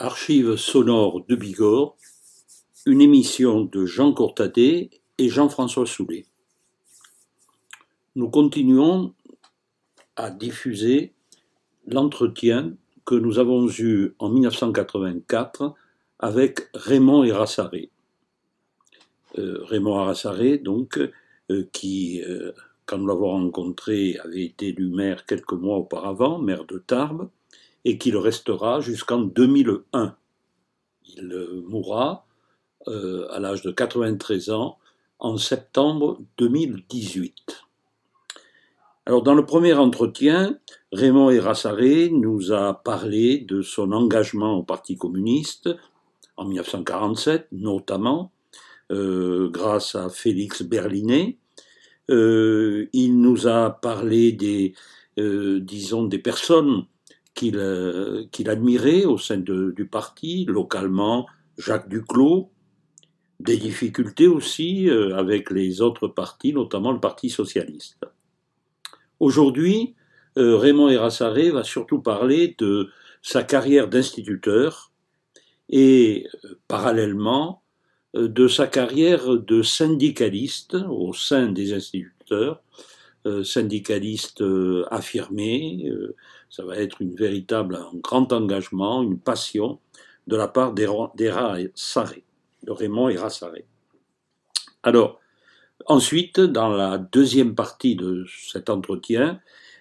Archives sonores de Bigorre, une émission de Jean Courtadet et Jean-François Soulet. Nous continuons à diffuser l'entretien que nous avons eu en 1984 avec Raymond Erassaré. Raymond Erassaré, donc, qui, quand nous l'avons rencontré, avait été élu maire quelques mois auparavant, maire de Tarbes, et qui le restera jusqu'en 2001. Il mourra à l'âge de 93 ans en septembre 2018. Alors, dans le premier entretien, Raymond Erassaré nous a parlé de son engagement au Parti communiste en 1947, notamment, grâce à Félix Berlinet. Il nous a parlé des personnes qu'il admirait au sein du parti, localement Jacques Duclos, des difficultés aussi avec les autres partis, notamment le Parti socialiste. Aujourd'hui, Raymond Erassaré va surtout parler de sa carrière d'instituteur et parallèlement de sa carrière de syndicaliste au sein des instituteurs, syndicaliste affirmé. Ça va être un grand engagement, une passion de la part de Raymond Erassaré. Alors, ensuite, dans la deuxième partie de cet entretien,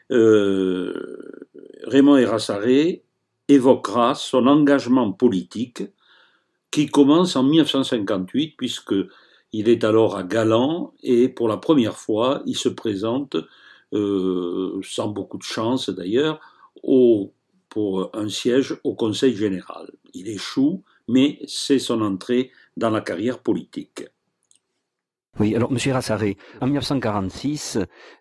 Raymond Erassaré évoquera son engagement politique qui commence en 1958 puisqu'il est alors à Galan et pour la première fois, il se présente, sans beaucoup de chance d'ailleurs, pour un siège au Conseil général. Il échoue, mais c'est son entrée dans la carrière politique. Oui, alors Monsieur Erassaré, en 1946,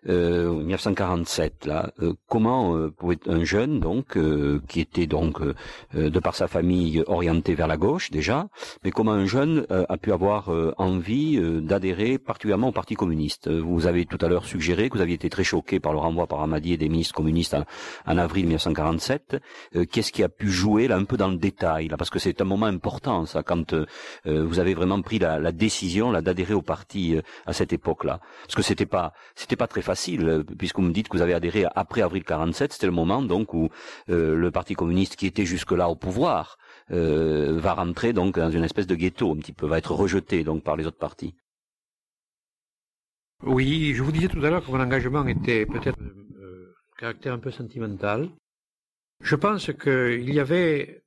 1947, là, comment pouvait un jeune donc qui était donc de par sa famille orienté vers la gauche déjà, mais comment un jeune a pu avoir envie d'adhérer particulièrement au Parti communiste? Vous avez tout à l'heure suggéré que vous aviez été très choqué par le renvoi par Amadier des ministres communistes en avril 1947. Qu'est-ce qui a pu jouer là un peu dans le détail là, parce que c'est un moment important ça quand vous avez vraiment pris la décision là d'adhérer au parti à cette époque-là, parce que c'était pas très facile, puisque vous me dites que vous avez adhéré après avril 47, c'était le moment donc où le Parti communiste qui était jusque-là au pouvoir va rentrer donc dans une espèce de ghetto un petit peu, va être rejeté donc par les autres partis. Oui, je vous disais tout à l'heure que mon engagement était peut-être caractère un peu sentimental. Je pense qu'il y avait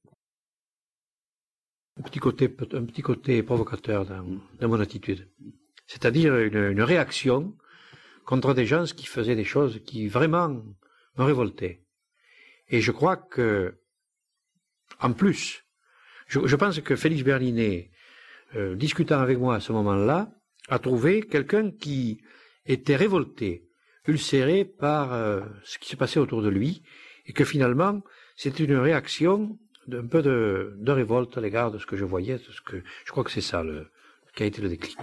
un petit côté provocateur dans mon attitude. C'est-à-dire une réaction contre des gens qui faisaient des choses qui vraiment me révoltaient. Et je crois que, en plus, je pense que Félix Berlinet, discutant avec moi à ce moment-là, a trouvé quelqu'un qui était révolté, ulcéré par ce qui se passait autour de lui, et que finalement, c'était une réaction d'un peu de révolte à l'égard de ce que je voyais, je crois que c'est ça qui a été le déclic.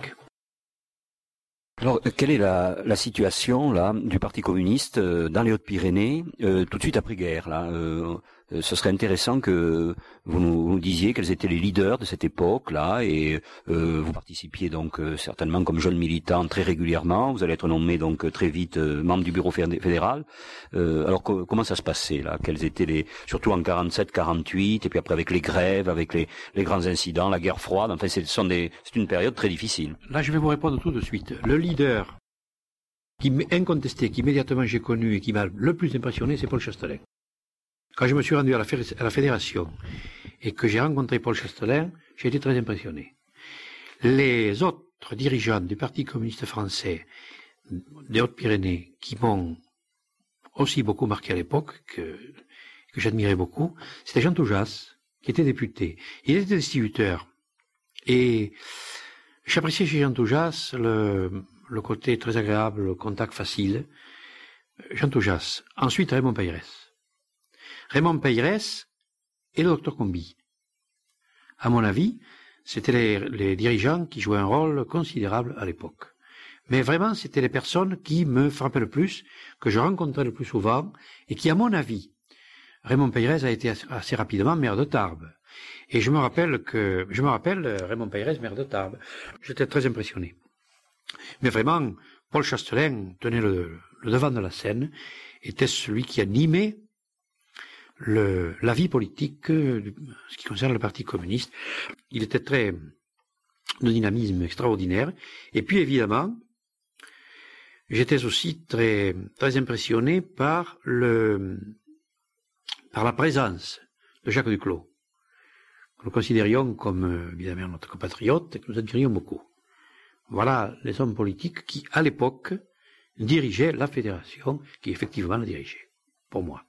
Alors, quelle est la situation là du Parti communiste dans les Hautes-Pyrénées tout de suite après-guerre là ce serait intéressant que vous nous disiez quels étaient les leaders de cette époque-là et vous participiez donc certainement comme jeune militant très régulièrement. Vous allez être nommé donc très vite membre du bureau fédéral. Alors comment ça se passait là? Quels étaient surtout en 47, 48 et puis après avec les grèves, avec les grands incidents, la guerre froide. Enfin, c'est une période très difficile. Là, je vais vous répondre tout de suite. Le leader incontesté, qu'immédiatement j'ai connu et qui m'a le plus impressionné, c'est Paul Chastelain. Quand je me suis rendu à la fédération et que j'ai rencontré Paul Chastelain, j'ai été très impressionné. Les autres dirigeants du Parti communiste français des Hautes-Pyrénées qui m'ont aussi beaucoup marqué à l'époque, que j'admirais beaucoup, c'était Jean Toujas, qui était député. Il était distributeur. Et j'appréciais chez Jean Toujas le côté très agréable, le contact facile. Jean Toujas. Ensuite, Raymond Peyrès. Raymond Peyrès et le docteur Combi. À mon avis, c'était les dirigeants qui jouaient un rôle considérable à l'époque. Mais vraiment, c'était les personnes qui me frappaient le plus, que je rencontrais le plus souvent, et qui, à mon avis, Raymond Peyrès a été assez rapidement maire de Tarbes. Et je me rappelle Raymond Peyrès, maire de Tarbes. J'étais très impressionné. Mais vraiment, Paul Chastelain tenait le devant de la scène, était celui qui animait la vie politique, ce qui concerne le Parti communiste. Il était de dynamisme extraordinaire. Et puis évidemment, j'étais aussi très, très impressionné par la présence de Jacques Duclos, que nous considérions comme évidemment notre compatriote et que nous admirions beaucoup. Voilà les hommes politiques qui, à l'époque, dirigeaient la fédération, qui effectivement la dirigeait, pour moi.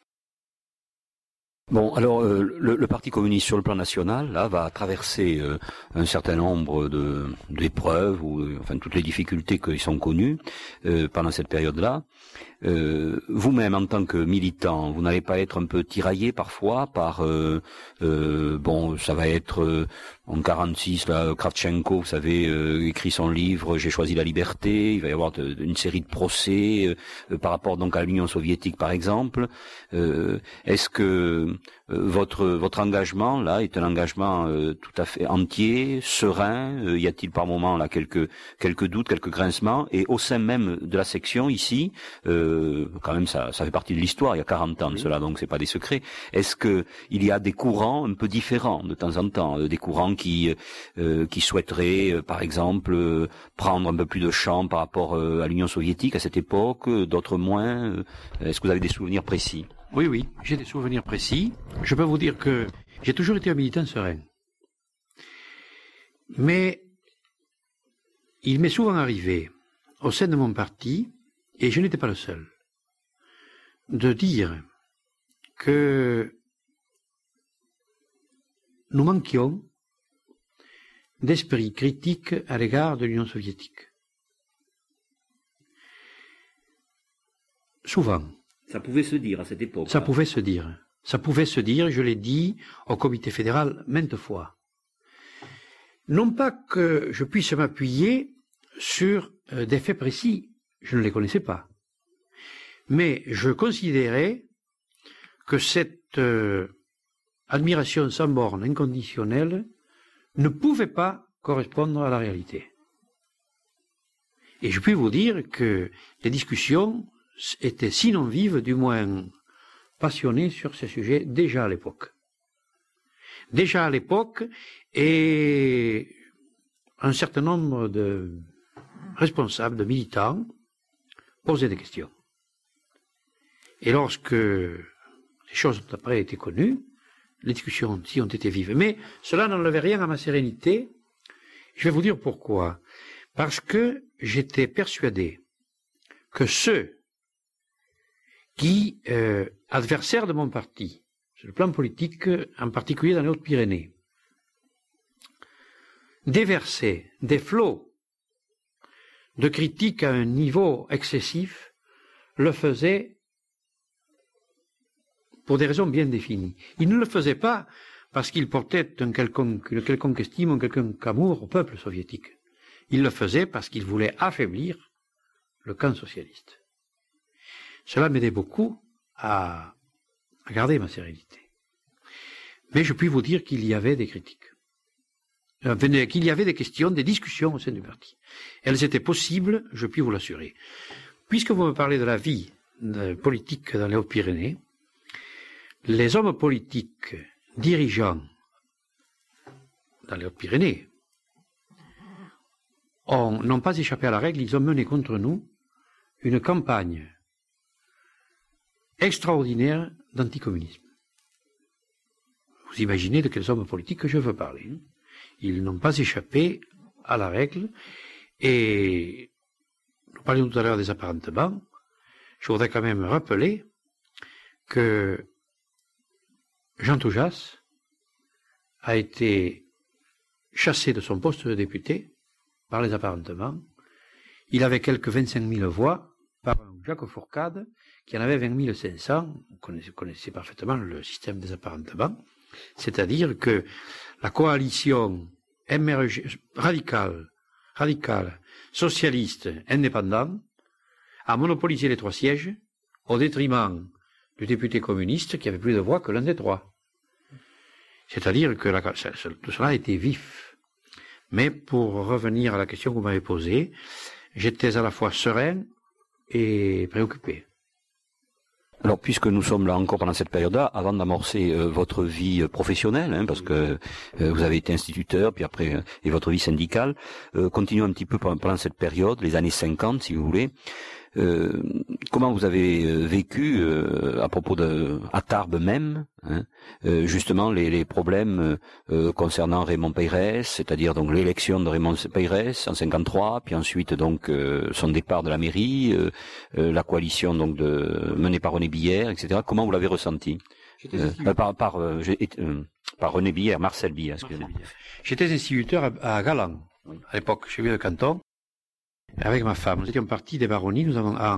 Bon, alors le Parti communiste sur le plan national, là, va traverser un certain nombre d'épreuves ou enfin toutes les difficultés qui sont connues pendant cette période-là. Vous-même, en tant que militant, vous n'allez pas être un peu tiraillé parfois par bon, ça va être en 46, là, Kravchenko, vous savez, écrit son livre J'ai choisi la liberté. Il va y avoir une série de procès par rapport donc à l'Union soviétique, par exemple. Est-ce que votre engagement là est un engagement tout à fait entier, serein? Y a-t-il par moments là quelques doutes, quelques grincements? Et au sein même de la section ici, quand même ça fait partie de l'histoire. Il y a 40 ans de cela, donc c'est pas des secrets. Est-ce que il y a des courants un peu différents de temps en temps, des courants qui souhaiteraient, par exemple, prendre un peu plus de champ par rapport à l'Union soviétique à cette époque, d'autres moins? Est-ce que vous avez des souvenirs précis? Oui, j'ai des souvenirs précis. Je peux vous dire que j'ai toujours été un militant serein. Mais il m'est souvent arrivé, au sein de mon parti, et je n'étais pas le seul, de dire que nous manquions d'esprit critique à l'égard de l'Union soviétique. Souvent. Ça pouvait se dire à cette époque. Ça pouvait se dire. Ça pouvait se dire, je l'ai dit au comité fédéral maintes fois. Non pas que je puisse m'appuyer sur des faits précis, je ne les connaissais pas. Mais je considérais que cette admiration sans borne inconditionnelle ne pouvait pas correspondre à la réalité. Et je puis vous dire que les discussions étaient sinon vives, du moins passionnées sur ces sujets déjà à l'époque. Déjà à l'époque, et un certain nombre de responsables, de militants, posaient des questions. Et lorsque les choses ont après été connues, les discussions aussi ont été vives. Mais cela n'enlevait rien à ma sérénité. Je vais vous dire pourquoi. Parce que j'étais persuadé que ceux qui, adversaires de mon parti, sur le plan politique, en particulier dans les Hautes-Pyrénées, déversaient des flots de critiques à un niveau excessif, le faisaient pour des raisons bien définies. Ils ne le faisaient pas parce qu'ils portaient une quelconque estime, un quelconque amour au peuple soviétique. Ils le faisaient parce qu'ils voulaient affaiblir le camp socialiste. Cela m'aidait beaucoup à garder ma sérénité. Mais je puis vous dire qu'il y avait des critiques. Qu'il y avait des questions, des discussions au sein du parti. Elles étaient possibles, je puis vous l'assurer. Puisque vous me parlez de la vie politique dans les Hautes-Pyrénées, les hommes politiques dirigeants dans les Hautes-Pyrénées n'ont pas échappé à la règle, ils ont mené contre nous une campagne extraordinaire d'anticommunisme. Vous imaginez de quels hommes politiques que je veux parler. Ils n'ont pas échappé à la règle, et nous parlions tout à l'heure des apparentements. Je voudrais quand même rappeler que Jean Toujas a été chassé de son poste de député par les apparentements. Il avait quelques 25 000 voix par un Jacques Fourcade qui en avait 20 500. Vous connaissez parfaitement le système des apparentements. C'est-à-dire que la coalition MRG, radicale, socialiste, indépendant, a monopolisé les 3 sièges au détriment du député communiste qui avait plus de voix que l'un des 3. C'est-à-dire que tout cela était vif. Mais pour revenir à la question que vous m'avez posée, j'étais à la fois serein et préoccupé. Alors, puisque nous sommes là encore pendant cette période-là, avant d'amorcer votre vie professionnelle, parce que vous avez été instituteur, puis après, et votre vie syndicale, continuons un petit peu pendant cette période, les années 50, si vous voulez. Comment vous avez vécu à propos à Tarbes même, justement les problèmes concernant Raymond Peyrès, c'est-à-dire donc l'élection de Raymond Peyrès en 53, puis ensuite donc son départ de la mairie, la coalition donc menée par René Billère, etc. Comment vous l'avez ressenti par René Billère, Marcel Billère, excusez-moi. J'étais instituteur à Galan, à l'époque, chez le canton. Avec ma femme, nous étions partis des baronnies, en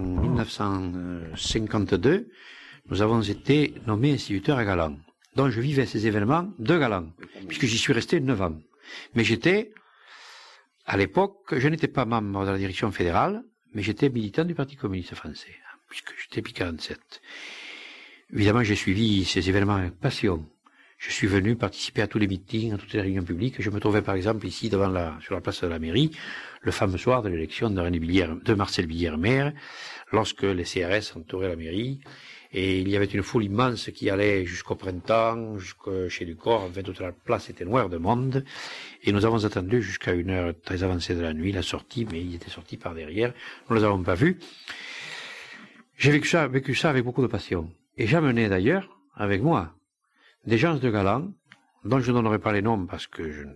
1952, nous avons été nommés instituteurs à Galan. Donc je vivais ces événements de Galan, puisque j'y suis resté 9 ans. Mais à l'époque, je n'étais pas membre de la direction fédérale, mais j'étais militant du Parti communiste français, puisque j'étais P47. Évidemment, j'ai suivi ces événements avec passion. Je suis venu participer à tous les meetings, à toutes les réunions publiques. Je me trouvais par exemple ici sur la place de la mairie, le fameux soir de l'élection de Marcel Billère maire, lorsque les CRS entouraient la mairie, et il y avait une foule immense qui allait jusqu'au printemps, jusqu'au chez Ducor. Enfin, toute la place était noire de monde, et nous avons attendu jusqu'à une heure très avancée de la nuit la sortie, mais il était sorti par derrière. Nous ne les avons pas vus. J'ai vécu ça avec beaucoup de passion. Et j'amenais d'ailleurs avec moi des gens de Galan, dont je ne donnerai pas les noms parce que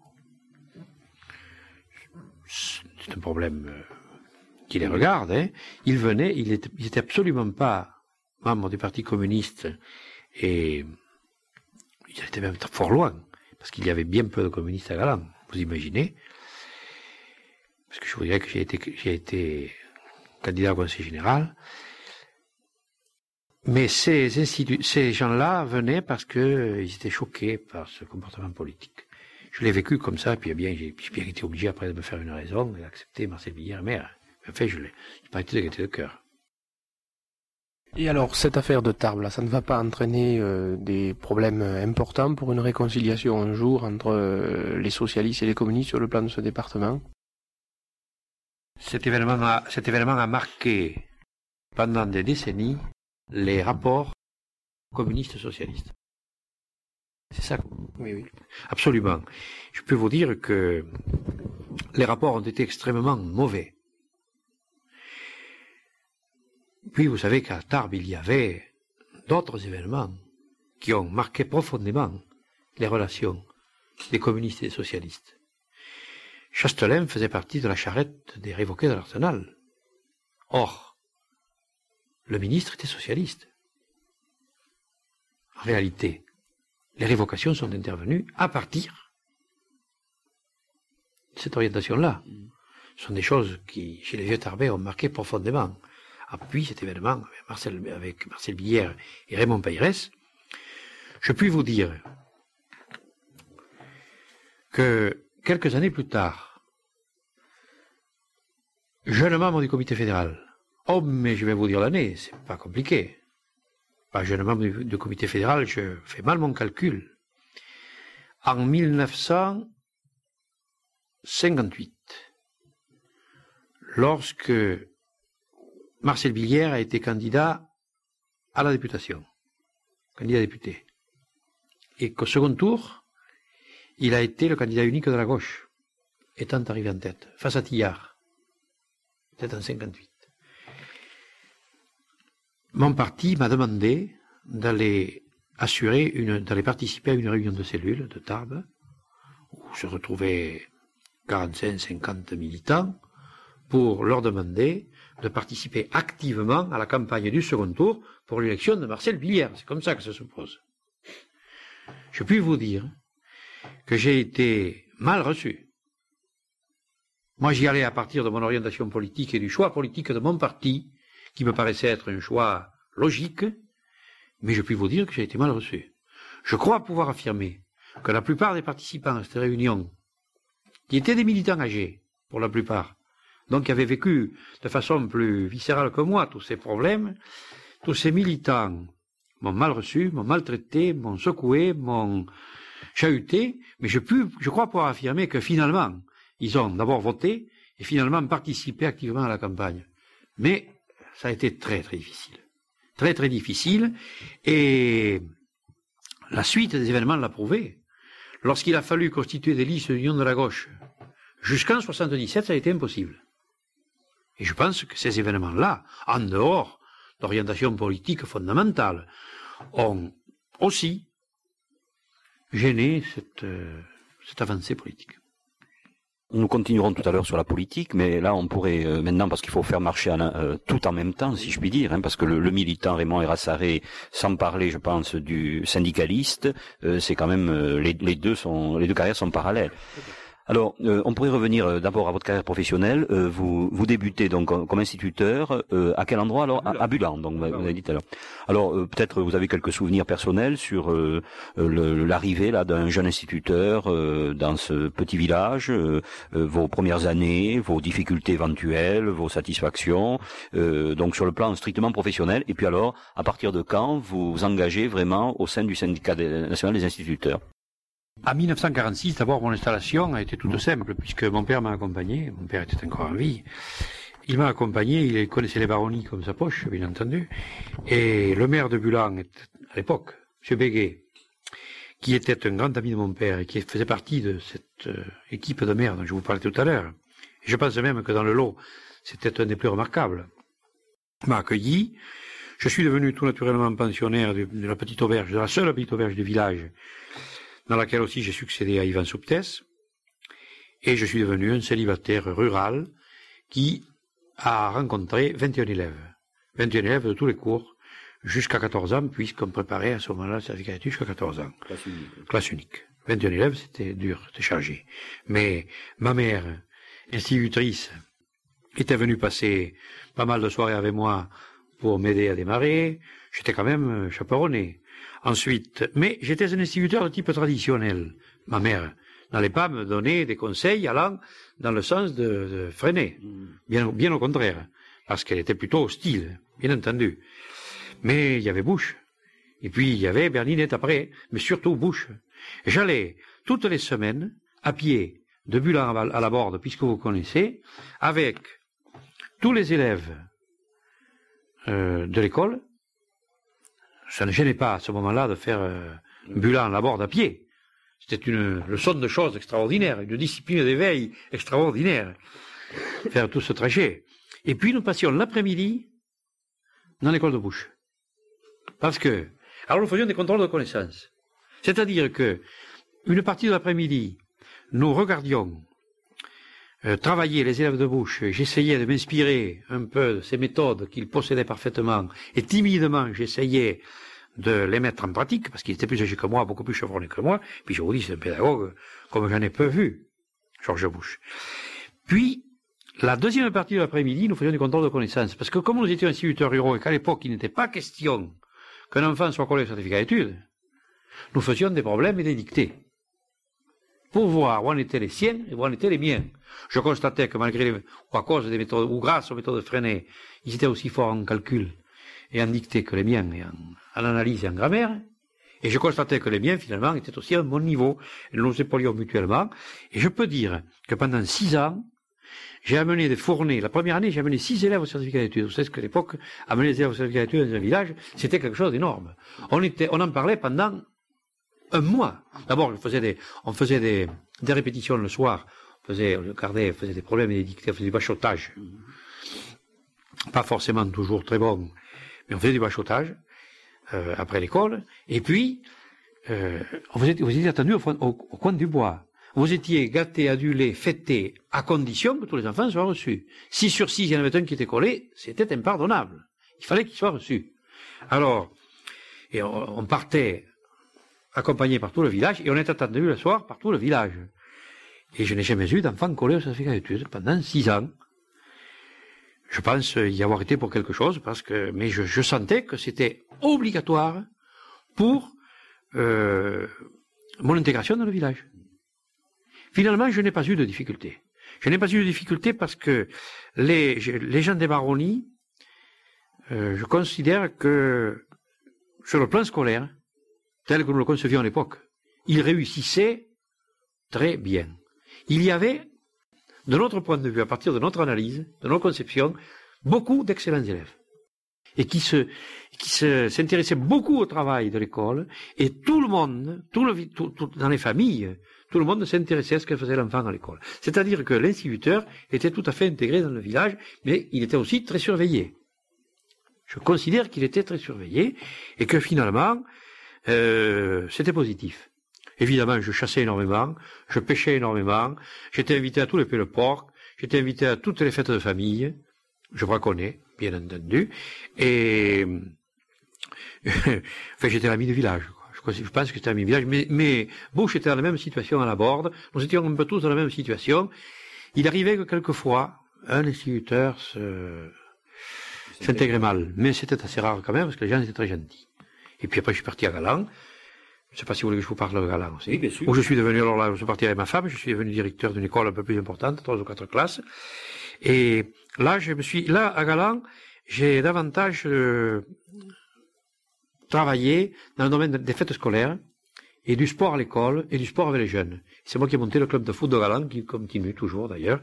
c'est un problème qui les regarde. Ils venaient, ils étaient absolument pas membres du Parti communiste, et ils étaient même fort loin, parce qu'il y avait bien peu de communistes à Galan, vous imaginez. Parce que je vous dirais que j'ai été candidat au Conseil général. Mais ces gens-là venaient parce qu'ils étaient choqués par ce comportement politique. Je l'ai vécu comme ça, puis j'ai bien été obligé après de me faire une raison et d'accepter Marcel Billère maire. Enfin, je n'ai pas été de gaieté de cœur. Et alors, cette affaire de Tarbes, là, ça ne va pas entraîner des problèmes importants pour une réconciliation un jour entre les socialistes et les communistes sur le plan de ce département? Cet événement a marqué pendant des décennies les rapports communistes-socialistes. C'est ça? Oui. Absolument. Je peux vous dire que les rapports ont été extrêmement mauvais. Puis vous savez qu'à Tarbes, il y avait d'autres événements qui ont marqué profondément les relations des communistes et des socialistes. Chastelain faisait partie de la charrette des révoqués de l'Arsenal. Or, le ministre était socialiste. En réalité, les révocations sont intervenues à partir de cette orientation-là. Ce sont des choses qui, chez les vieux Tarbais, ont marqué profondément. Puis cet événement avec Marcel Billère et Raymond Peyrès, je puis vous dire que quelques années plus tard, jeune membre du comité fédéral, mais je vais vous dire l'année, c'est pas compliqué. Pas jeune membre du comité fédéral, je fais mal mon calcul. En 1958, lorsque Marcel Billère a été candidat à la députation, candidat député, et qu'au second tour, il a été le candidat unique de la gauche, étant arrivé en tête, face à Tillard. C'était en 58. Mon parti m'a demandé d'aller participer à une réunion de cellules de Tarbes, où se retrouvaient 45-50 militants, pour leur demander de participer activement à la campagne du second tour pour l'élection de Marcel Billère. C'est comme ça que ça se pose. Je puis vous dire que j'ai été mal reçu. Moi, j'y allais à partir de mon orientation politique et du choix politique de mon parti, qui me paraissait être un choix logique, mais je puis vous dire que j'ai été mal reçu. Je crois pouvoir affirmer que la plupart des participants à cette réunion, qui étaient des militants âgés, pour la plupart, donc qui avaient vécu de façon plus viscérale que moi tous ces problèmes, tous ces militants m'ont mal reçu, m'ont maltraité, m'ont secoué, m'ont chahuté, mais je crois pouvoir affirmer que finalement, ils ont d'abord voté et finalement participé activement à la campagne. Mais ça a été très très difficile. Très très difficile. Et la suite des événements l'a prouvé. Lorsqu'il a fallu constituer des listes d'union de la gauche, jusqu'en 77, ça a été impossible. Et je pense que ces événements-là, en dehors d'orientation politique fondamentale, ont aussi gêné cette avancée politique. Nous continuerons tout à l'heure sur la politique, mais là on pourrait maintenant, parce qu'il faut faire marcher tout en même temps, si je puis dire, parce que le militant Raymond Erassaré, sans parler, je pense, du syndicaliste, c'est quand même les deux carrières sont parallèles. Alors, on pourrait revenir d'abord à votre carrière professionnelle. Vous débutez donc comme instituteur. À quel endroit alors? À Bulan, donc vous avez dit tout à l'heure. Alors, peut-être vous avez quelques souvenirs personnels sur l'arrivée là d'un jeune instituteur dans ce petit village, vos premières années, vos difficultés éventuelles, vos satisfactions, donc sur le plan strictement professionnel. Et puis alors, à partir de quand vous vous engagez vraiment au sein du syndicat national des instituteurs? En 1946, d'abord, mon installation a été toute simple, puisque mon père m'a accompagné. Mon père était encore en vie. Il m'a accompagné, il connaissait les baronnies comme sa poche, bien entendu. Et le maire de Bulan, à l'époque, M. Béguet, qui était un grand ami de mon père et qui faisait partie de cette équipe de maires dont je vous parlais tout à l'heure. Et je pense même que dans le lot, c'était un des plus remarquables. M'a accueilli. Je suis devenu tout naturellement pensionnaire de la petite auberge, de la seule petite auberge du village, dans laquelle aussi j'ai succédé à Ivan Souptès, et je suis devenu un célibataire rural qui a rencontré 21 élèves. 21 élèves de tous les cours, jusqu'à 14 ans, puisqu'on préparait à ce moment-là le certificat d'études jusqu'à 14 ans. Classe unique. 21 élèves, c'était dur, c'était chargé. Mais ma mère, institutrice, était venue passer pas mal de soirées avec moi pour m'aider à démarrer. J'étais quand même chaperonné. Ensuite, mais j'étais un instituteur de type traditionnel. Ma mère n'allait pas me donner des conseils allant dans le sens de freiner. Bien au contraire. Parce qu'elle était plutôt hostile, bien entendu. Mais il y avait Bouche. Et puis il y avait Berninette après, mais surtout Bouche. J'allais toutes les semaines, à pied, de Bulan à la Borde, puisque vous connaissez, avec tous les élèves de l'école. Ça ne gênait pas à ce moment-là de faire Bulan à la Borde à pied. C'était une leçon de choses extraordinaire, une discipline d'éveil extraordinaire, faire tout ce trajet. Et puis nous passions l'après-midi dans l'école de Bouche. Parce que, alors nous faisions des contrôles de connaissances. C'est-à-dire que, une partie de l'après-midi, nous regardions travailler les élèves de Bouche. J'essayais de m'inspirer un peu de ces méthodes qu'ils possédaient parfaitement, et timidement j'essayais de les mettre en pratique, parce qu'il était plus âgé que moi, beaucoup plus chevronné que moi. Puis je vous dis, c'est un pédagogue comme j'en ai peu vu, Georges Bouche. Puis, la deuxième partie de l'après-midi, nous faisions des contrôles de connaissances, parce que comme nous étions instituteurs ruraux et qu'à l'époque il n'était pas question qu'un enfant soit collé au certificat d'études, nous faisions des problèmes et des dictées, pour voir où en étaient les siens et où en étaient les miens. Je constatais que malgré, ou à cause des méthodes, ou grâce aux méthodes freinées, ils étaient aussi forts en calcul et en dictée que les miens, et en analyse et en grammaire. Et je constatais que les miens, finalement, étaient aussi à mon niveau. Et nous nous épaulions mutuellement. Et je peux dire que pendant 6 ans, j'ai amené des fournées. La première année, j'ai amené 6 élèves au certificat d'études. Vous savez qu'à l'époque, amener les élèves au certificat d'études dans un village, c'était quelque chose d'énorme. On en parlait pendant un mois. D'abord, on faisait des répétitions le soir. On faisait des problèmes et des dictées, on faisait du bachotage. Pas forcément toujours très bon, mais on faisait du bachotage après l'école. Et puis, vous étiez attendu au coin du bois. Vous étiez gâtés, adulés, fêtés, à condition que tous les enfants soient reçus. 6 sur 6, il y en avait un qui était collé, c'était impardonnable. Il fallait qu'il soit reçu. Alors, et on partait accompagné par tout le village, et on était attendu le soir par tout le village. Et je n'ai jamais eu d'enfant collé au certificat d'études pendant 6 ans. Je pense y avoir été pour quelque chose, mais je sentais que c'était obligatoire pour mon intégration dans le village. Finalement, je n'ai pas eu de difficulté. Je n'ai pas eu de difficulté parce que les gens des baronnies, je considère que, sur le plan scolaire, tel que nous le concevions à l'époque, il réussissait très bien. Il y avait, de notre point de vue, à partir de notre analyse, de nos conceptions, beaucoup d'excellents élèves. Et qui s'intéressaient beaucoup au travail de l'école, et tout le monde, dans les familles, tout le monde s'intéressait à ce que faisait l'enfant à l'école. C'est-à-dire que l'instituteur était tout à fait intégré dans le village, mais il était aussi très surveillé. Je considère qu'il était très surveillé, et que finalement, c'était positif. Évidemment, je chassais énormément, je pêchais énormément, j'étais invité à tous les pêle-porcs, j'étais invité à toutes les fêtes de famille, je braconnais, bien entendu, et enfin, j'étais l'ami du village. Je pense que c'était l'ami du village, mais Bush était dans la même situation à la Borde, nous étions un peu tous dans la même situation. Il arrivait que quelquefois, un instituteur s'intégrait mal, mais c'était assez rare quand même, parce que les gens étaient très gentils. Et puis après, je suis parti à Galan. Je ne sais pas si vous voulez que je vous parle de Galan aussi. Oui, bien sûr. Où je suis devenu, alors là, je suis parti avec ma femme, je suis devenu directeur d'une école un peu plus importante, 3 ou 4 classes. Et là, à Galan, j'ai davantage travaillé dans le domaine des fêtes scolaires et du sport à l'école et du sport avec les jeunes. C'est moi qui ai monté le club de foot de Galan, qui continue toujours d'ailleurs.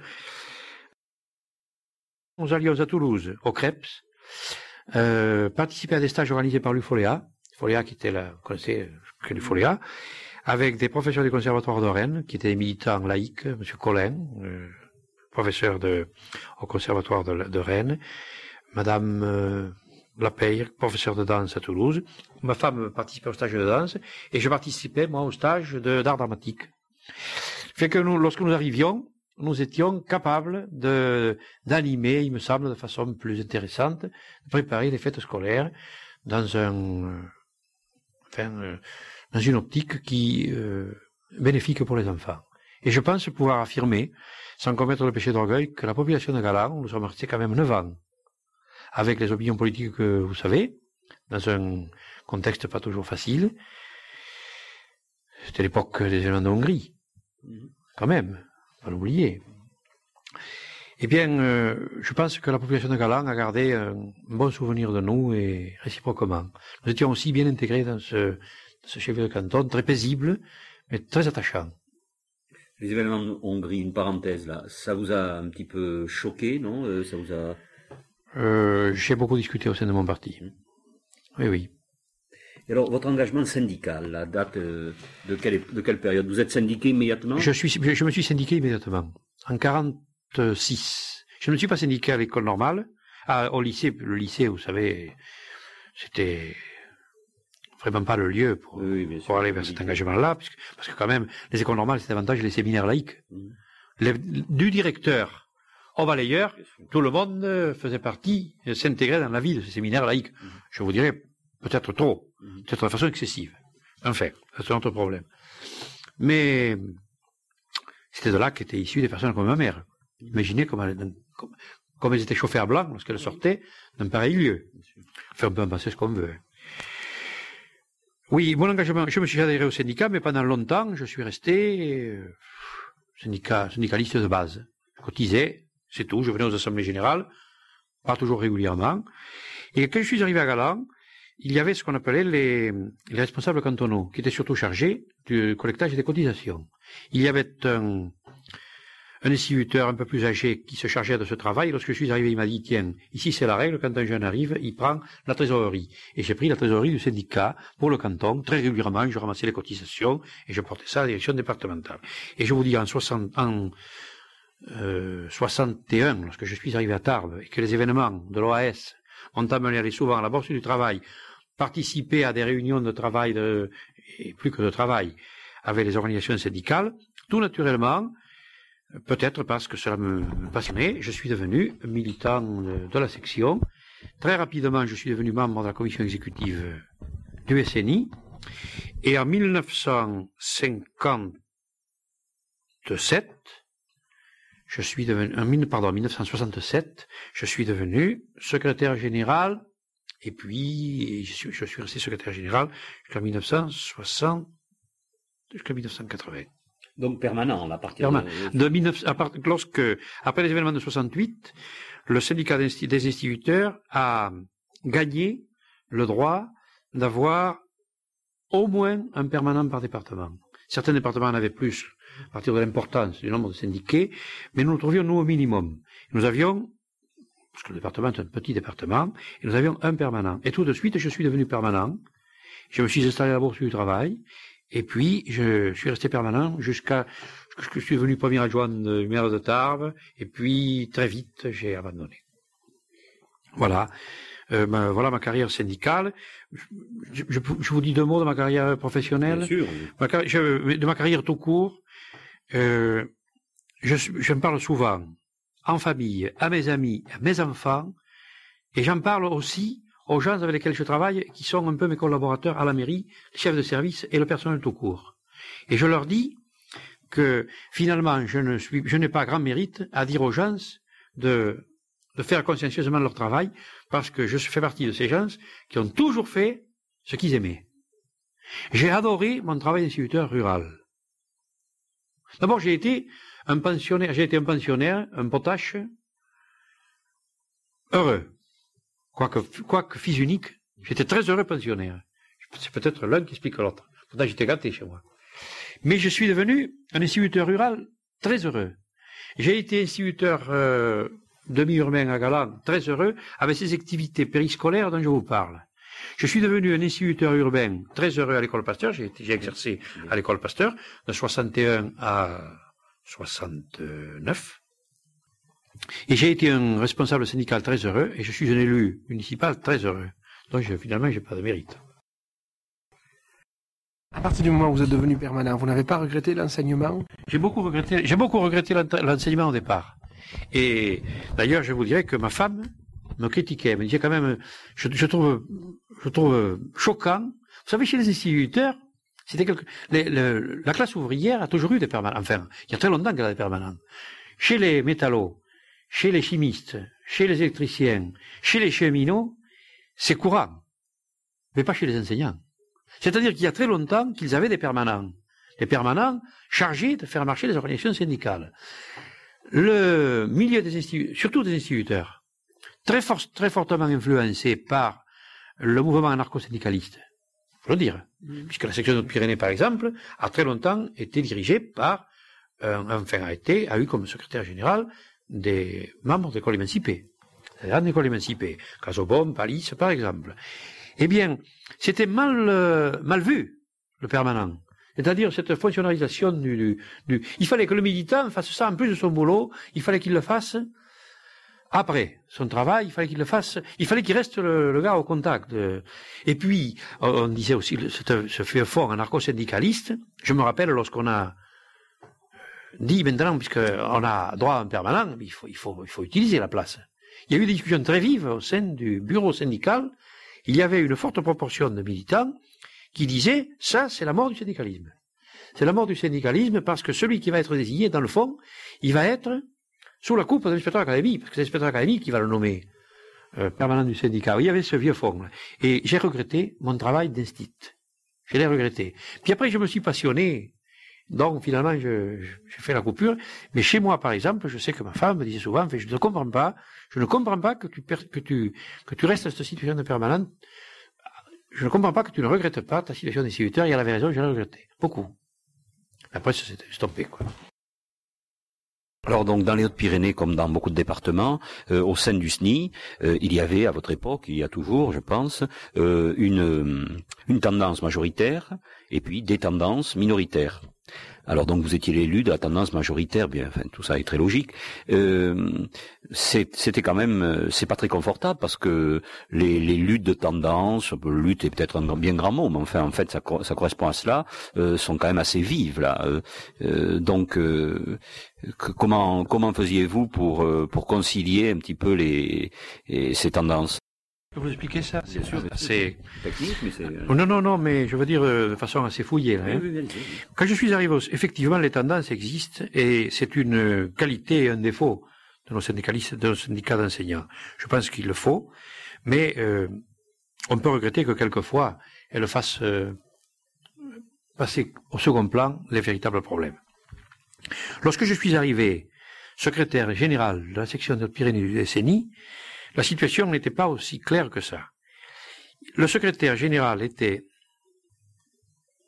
Nous allions à Toulouse, au Creps, participer à des stages organisés par l'UFOLEA, qui était là, vous connaissez, l'UFOLEA, avec des professeurs du conservatoire de Rennes, qui étaient des militants laïcs, M. Collin, professeur au conservatoire de Rennes, Madame Lapeyre, professeur de danse à Toulouse. Ma femme participait au stage de danse, et je participais, moi, au stage d'art dramatique. Fait que lorsque nous arrivions, nous étions capables d'animer, il me semble, de façon plus intéressante, de préparer les fêtes scolaires dans une optique qui bénéfique pour les enfants. Et je pense pouvoir affirmer, sans commettre le péché d'orgueil, que la population de Galan, nous sommes restés quand même 9 ans, avec les opinions politiques que vous savez, dans un contexte pas toujours facile. C'était l'époque des événements de Hongrie, quand même, pas l'oublier. Eh bien, je pense que la population de Galan a gardé un bon souvenir de nous, et réciproquement. Nous étions aussi bien intégrés dans ce chef-lieu de canton, très paisible, mais très attachant. Les événements de Hongrie, une parenthèse là, ça vous a un petit peu choqué, non? Ça vous a... J'ai beaucoup discuté au sein de mon parti. Oui, oui. Et alors, votre engagement syndical, la date de quelle période? Vous êtes syndiqué immédiatement? Je me suis syndiqué immédiatement, en 1946. Je ne me suis pas syndiqué à l'école normale, au lycée. Le lycée, vous savez, c'était vraiment pas le lieu pour aller vers cet engagement-là, parce que quand même, les écoles normales, c'est davantage les séminaires laïques. Du directeur au balayeur, tout le monde faisait partie, s'intégrait dans la vie de ces séminaires laïques. Je vous dirais, peut-être trop, peut-être de façon excessive. Enfin, c'est un autre problème. Mais c'était de là qu'étaient issues des personnes comme ma mère. Imaginez comme elles étaient chauffées à blanc lorsqu'elles sortaient d'un pareil lieu. Enfin, on peut en penser ce qu'on veut. Oui, mon engagement, je me suis adhéré au syndicat, mais pendant longtemps, je suis resté syndicaliste de base. Je cotisais, c'est tout, je venais aux assemblées générales, pas toujours régulièrement. Et quand je suis arrivé à Galan, il y avait ce qu'on appelait les responsables cantonaux, qui étaient surtout chargés du collectage des cotisations. Il y avait un instituteur un peu plus âgé qui se chargeait de ce travail. Lorsque je suis arrivé, il m'a dit, tiens, ici c'est la règle, quand un jeune arrive, il prend la trésorerie. Et j'ai pris la trésorerie du syndicat pour le canton. Très régulièrement, je ramassais les cotisations et je portais ça à la direction départementale. Et je vous dis, en 61, lorsque je suis arrivé à Tarbes, et que les événements de l'OAS m'ont amené à aller souvent à la Bourse du Travail, participer à des réunions de travail, et plus que de travail, avec les organisations syndicales, tout naturellement, peut-être parce que cela me passionnait, je suis devenu militant de la section. Très rapidement, je suis devenu membre de la commission exécutive du SNI. Et en 1967, je suis devenu, 1967, je suis devenu secrétaire général, et puis je suis resté secrétaire général jusqu'en 1980. Donc permanent, à partir après les événements de 68, le syndicat des instituteurs a gagné le droit d'avoir au moins un permanent par département. Certains départements en avaient plus, à partir de l'importance du nombre de syndiqués, mais nous nous trouvions, nous, au minimum. Nous avions, parce que le département est un petit département, et nous avions un permanent. Et tout de suite, je suis devenu permanent. Je me suis installé à la Bourse du Travail, et puis je suis resté permanent jusqu'à ce que je suis devenu premier adjoint du maire de Tarbes, et puis très vite, j'ai abandonné. Voilà. Voilà ma carrière syndicale. Je vous dis 2 mots de ma carrière professionnelle. Bien sûr. De ma carrière tout court. Je me parle souvent en famille, à mes amis, à mes enfants, et j'en parle aussi aux gens avec lesquels je travaille, qui sont un peu mes collaborateurs à la mairie, les chefs de service et le personnel tout court. Et je leur dis que finalement, je n'ai pas grand mérite à dire aux gens de faire consciencieusement leur travail, parce que je fais partie de ces gens qui ont toujours fait ce qu'ils aimaient. J'ai adoré mon travail d'instituteur rural. D'abord, j'ai été un pensionnaire, un potache, heureux. Quoique fils unique, j'étais très heureux pensionnaire. C'est peut-être l'un qui explique l'autre. Pourtant, j'étais gâté chez moi. Mais je suis devenu un instituteur rural très heureux. J'ai été instituteur demi-urbain à Galan, très heureux, avec ces activités périscolaires dont je vous parle. Je suis devenu un instituteur urbain très heureux à l'école Pasteur. J'ai exercé à l'école Pasteur de 61 à 69. Et j'ai été un responsable syndical très heureux, et je suis un élu municipal très heureux. Donc finalement, je n'ai pas de mérite. À partir du moment où vous êtes devenu permanent, vous n'avez pas regretté l'enseignement? J'ai beaucoup regretté l'enseignement au départ. Et d'ailleurs, je vous dirais que ma femme me critiquait, me disait quand même, je trouve choquant. Vous savez, chez les instituteurs, la classe ouvrière a toujours eu des permanents. Enfin, il y a très longtemps qu'elle a des permanents. Chez les métallos, chez les chimistes, chez les électriciens, chez les cheminots, c'est courant. Mais pas chez les enseignants. C'est-à-dire qu'il y a très longtemps qu'ils avaient des permanents. Des permanents chargés de faire marcher les organisations syndicales. Le milieu des instituteurs, surtout des instituteurs, très fortement influencé par le mouvement anarcho-syndicaliste, faut le dire, puisque la section de Hautes-Pyrénées, par exemple, a très longtemps été dirigée par, a eu comme secrétaire général des membres d'écoles émancipées, des grandes écoles émancipées, Casaubon, Palis, par exemple. Eh bien, c'était mal vu, le permanent. C'est-à-dire cette fonctionnalisation il fallait que le militant fasse ça en plus de son boulot, il fallait qu'il le fasse après son travail, il fallait qu'il reste le gars au contact. Et puis, on disait aussi, ce fait fort anarcho-syndicaliste, je me rappelle lorsqu'on a dit maintenant, puisqu'on a droit à un permanent, il faut utiliser la place. Il y a eu des discussions très vives au sein du bureau syndical, il y avait une forte proportion de militants qui disaient, ça, c'est la mort du syndicalisme. C'est la mort du syndicalisme parce que celui qui va être désigné, dans le fond, il va être sous la coupe de l'inspecteur d'académie, parce que c'est l'inspecteur d'académie qui va le nommer permanent du syndicat. Il y avait ce vieux fond. Et j'ai regretté mon travail d'instit. Je l'ai regretté. Puis après, je me suis passionné. Donc, finalement, j'ai fait la coupure. Mais chez moi, par exemple, je sais que ma femme me disait souvent, je ne comprends pas que tu restes dans cette situation de permanente. Je ne comprends pas que tu ne regrettes pas ta situation d'instituteur, et elle avait raison, je l'ai regretté. Beaucoup. Après, ça s'est stoppé, quoi. Alors donc dans les Hautes-Pyrénées, comme dans beaucoup de départements, au sein du SNI, il y avait à votre époque, il y a toujours, je pense, une tendance majoritaire et puis des tendances minoritaires. Alors donc vous étiez l'élu de la tendance majoritaire, bien, enfin tout ça est très logique. C'était quand même, c'est pas très confortable parce que les luttes de tendance, lutte est peut-être un bien grand mot, mais enfin en fait ça correspond à cela, sont quand même assez vives là. Donc comment faisiez-vous pour concilier un petit peu ces tendances? Je peux vous expliquer ça, c'est sûr. C'est technique, mais c'est... Non, mais je veux dire de façon assez fouillée. Là, hein. Oui. Quand je suis arrivé, effectivement, les tendances existent et c'est une qualité et un défaut de nos syndicalistes, de nos syndicats d'enseignants. Je pense qu'il le faut, mais on peut regretter que quelquefois elles fassent passer au second plan les véritables problèmes. Lorsque je suis arrivé secrétaire général de la section de Pyrénées du SNI, la situation n'était pas aussi claire que ça. Le secrétaire général était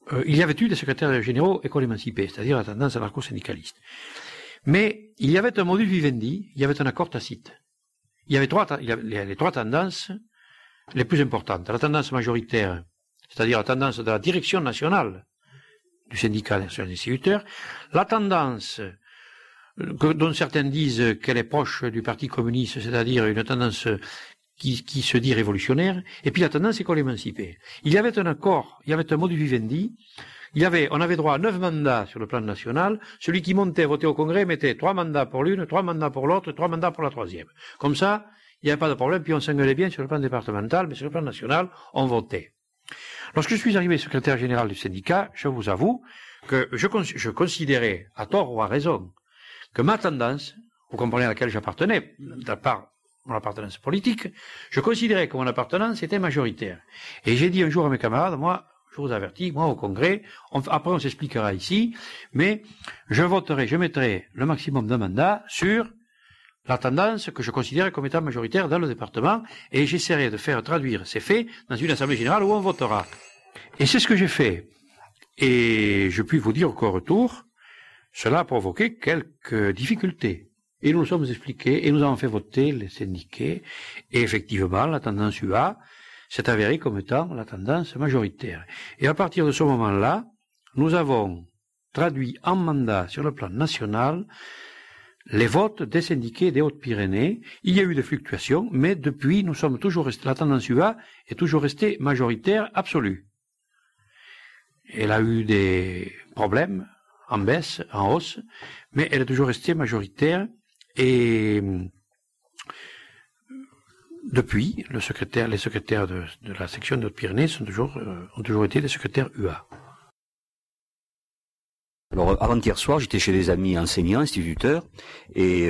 il y avait eu des secrétaires généraux école émancipée, c'est-à-dire la tendance anarcho-syndicaliste. Mais il y avait un modus vivendi, il y avait un accord tacite. Il y avait les trois tendances les plus importantes. La tendance majoritaire, c'est-à-dire la tendance de la direction nationale du syndicat national des instituteurs, la tendance dont certains disent qu'elle est proche du Parti communiste, c'est-à-dire une tendance qui se dit révolutionnaire, et puis la tendance école émancipée. Il y avait un accord, il y avait un modus vivendi, on avait droit à 9 mandats sur le plan national, celui qui montait voter au Congrès mettait 3 mandats pour l'une, 3 mandats pour l'autre, 3 mandats pour la troisième. Comme ça, il n'y avait pas de problème, puis on s'engueulait bien sur le plan départemental, mais sur le plan national, on votait. Lorsque je suis arrivé secrétaire général du syndicat, je vous avoue que je considérais, à tort ou à raison, que ma tendance, vous comprenez à laquelle j'appartenais, de par mon appartenance politique, je considérais que mon appartenance était majoritaire. Et j'ai dit un jour à mes camarades, moi, je vous avertis, moi au Congrès, après on s'expliquera ici, mais je mettrai le maximum de mandats sur la tendance que je considère comme étant majoritaire dans le département, et j'essaierai de faire traduire ces faits dans une assemblée générale où on votera. Et c'est ce que j'ai fait. Et je puis vous dire qu'au retour, cela a provoqué quelques difficultés. Et nous nous sommes expliqués, et nous avons fait voter les syndiqués, et effectivement, la tendance UA s'est avérée comme étant la tendance majoritaire. Et à partir de ce moment-là, nous avons traduit en mandat sur le plan national les votes des syndiqués des Hautes-Pyrénées. Il y a eu des fluctuations, mais depuis, nous sommes toujours restés, la tendance UA est toujours restée majoritaire absolue. Elle a eu des problèmes en baisse, en hausse, mais elle est toujours restée majoritaire. Et depuis, les secrétaires de la section de Haute-Pyrénées ont toujours été des secrétaires UA. Alors, avant-hier soir, j'étais chez des amis enseignants, instituteurs, et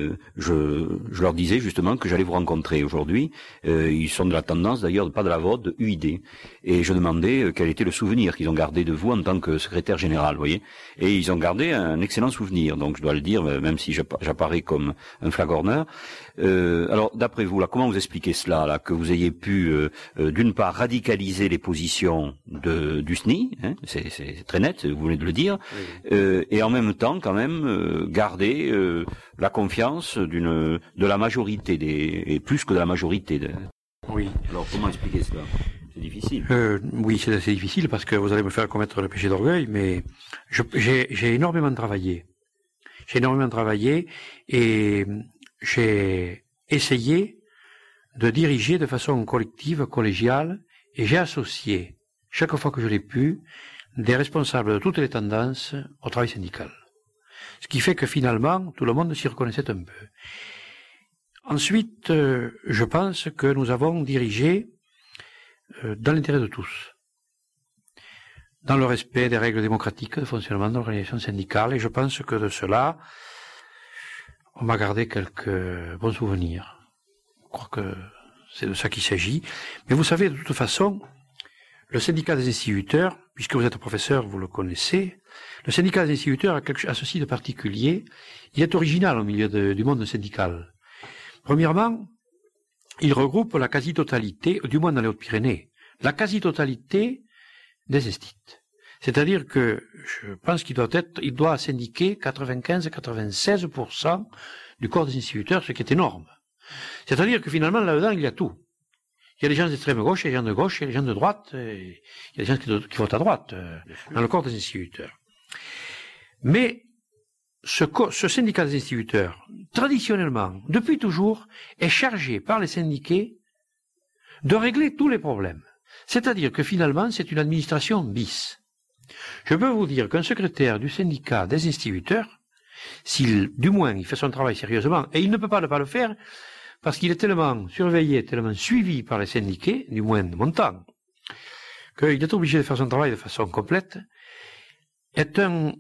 je leur disais justement que j'allais vous rencontrer aujourd'hui. Ils sont de la tendance, d'ailleurs, pas de la vôtre, de UID. Et je demandais quel était le souvenir qu'ils ont gardé de vous en tant que secrétaire général, vous voyez. Et ils ont gardé un excellent souvenir, donc je dois le dire, même si j'apparais comme un flagorneur. Alors, d'après vous, là, comment vous expliquez cela, là, que vous ayez pu, d'une part, radicaliser les positions du SNI, hein, c'est très net, vous venez de le dire, oui. Et en même temps, quand même, garder la confiance de la majorité, et plus que de la majorité. Oui. Alors, comment expliquer cela? C'est difficile. Oui, c'est assez difficile parce que vous allez me faire commettre le péché d'orgueil, mais j'ai énormément travaillé. J'ai énormément travaillé et j'ai essayé de diriger de façon collective, collégiale, et j'ai associé, chaque fois que je l'ai pu, des responsables de toutes les tendances au travail syndical. Ce qui fait que finalement, tout le monde s'y reconnaissait un peu. Ensuite, je pense que nous avons dirigé dans l'intérêt de tous, dans le respect des règles démocratiques de fonctionnement de l'organisation syndicale, et je pense que de cela, on m'a gardé quelques bons souvenirs. Je crois que c'est de ça qu'il s'agit. Mais vous savez, de toute façon, le syndicat des instituteurs, puisque vous êtes professeur, vous le connaissez, le syndicat des instituteurs a ceci de particulier, il est original au milieu du monde syndical. Premièrement, il regroupe la quasi-totalité, du moins dans les Hautes-Pyrénées, la quasi-totalité des instituts. C'est-à-dire que je pense qu'il doit syndiquer 95-96% du corps des instituteurs, ce qui est énorme. C'est-à-dire que finalement, là-dedans, il y a tout. Il y a les gens d'extrême gauche, il y a les gens de gauche, il y a les gens de droite, il y a des gens qui votent à droite dans le corps des instituteurs. Mais ce syndicat des instituteurs, traditionnellement, depuis toujours, est chargé par les syndiqués de régler tous les problèmes. C'est-à-dire que finalement, c'est une administration bis. Je peux vous dire qu'un secrétaire du syndicat des instituteurs, du moins il fait son travail sérieusement, et il ne peut pas ne pas le faire, parce qu'il est tellement surveillé, tellement suivi par les syndiqués, du moins de mon temps, qu'il est obligé de faire son travail de façon complète, est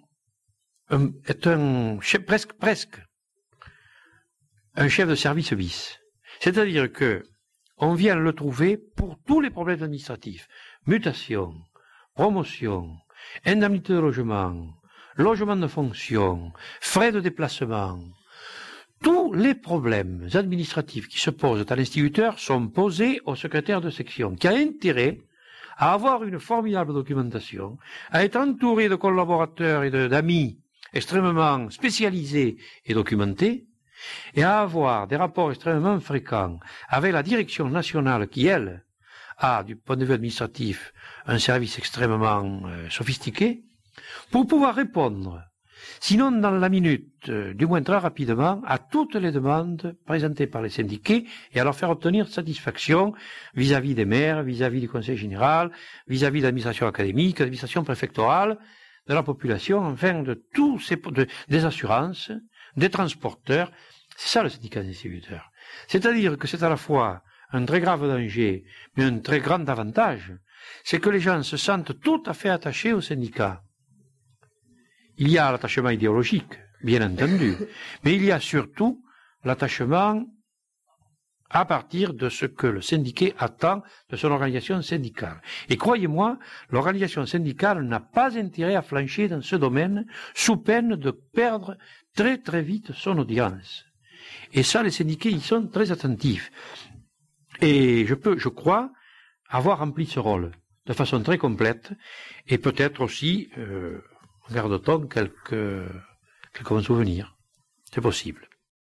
presque un chef de service bis. C'est-à-dire que on vient le trouver pour tous les problèmes administratifs. Mutation, promotion, indemnité de logement, logement de fonction, frais de déplacement. Tous les problèmes administratifs qui se posent à l'instituteur sont posés au secrétaire de section, qui a intérêt à avoir une formidable documentation, à être entouré de collaborateurs et d'amis extrêmement spécialisés et documentés, et à avoir des rapports extrêmement fréquents avec la direction nationale qui, elle, a, du point de vue administratif, un service extrêmement sophistiqué, pour pouvoir répondre, sinon dans la minute, du moins très rapidement, à toutes les demandes présentées par les syndiqués et à leur faire obtenir satisfaction vis-à-vis des maires, vis-à-vis du conseil général, vis-à-vis de l'administration académique, de l'administration préfectorale, de la population, enfin de tous des assurances, des transporteurs. C'est ça le syndicat des distributeurs. C'est-à-dire que c'est à la fois un très grave danger, mais un très grand avantage, c'est que les gens se sentent tout à fait attachés au syndicat. Il y a l'attachement idéologique, bien entendu, mais il y a surtout l'attachement à partir de ce que le syndiqué attend de son organisation syndicale. Et croyez-moi, l'organisation syndicale n'a pas intérêt à flancher dans ce domaine, sous peine de perdre très très vite son audience. Et ça, les syndiqués y sont très attentifs. Et je crois, avoir rempli ce rôle de façon très complète, et peut-être aussi, garde-t-on quelques bons souvenirs. C'est possible.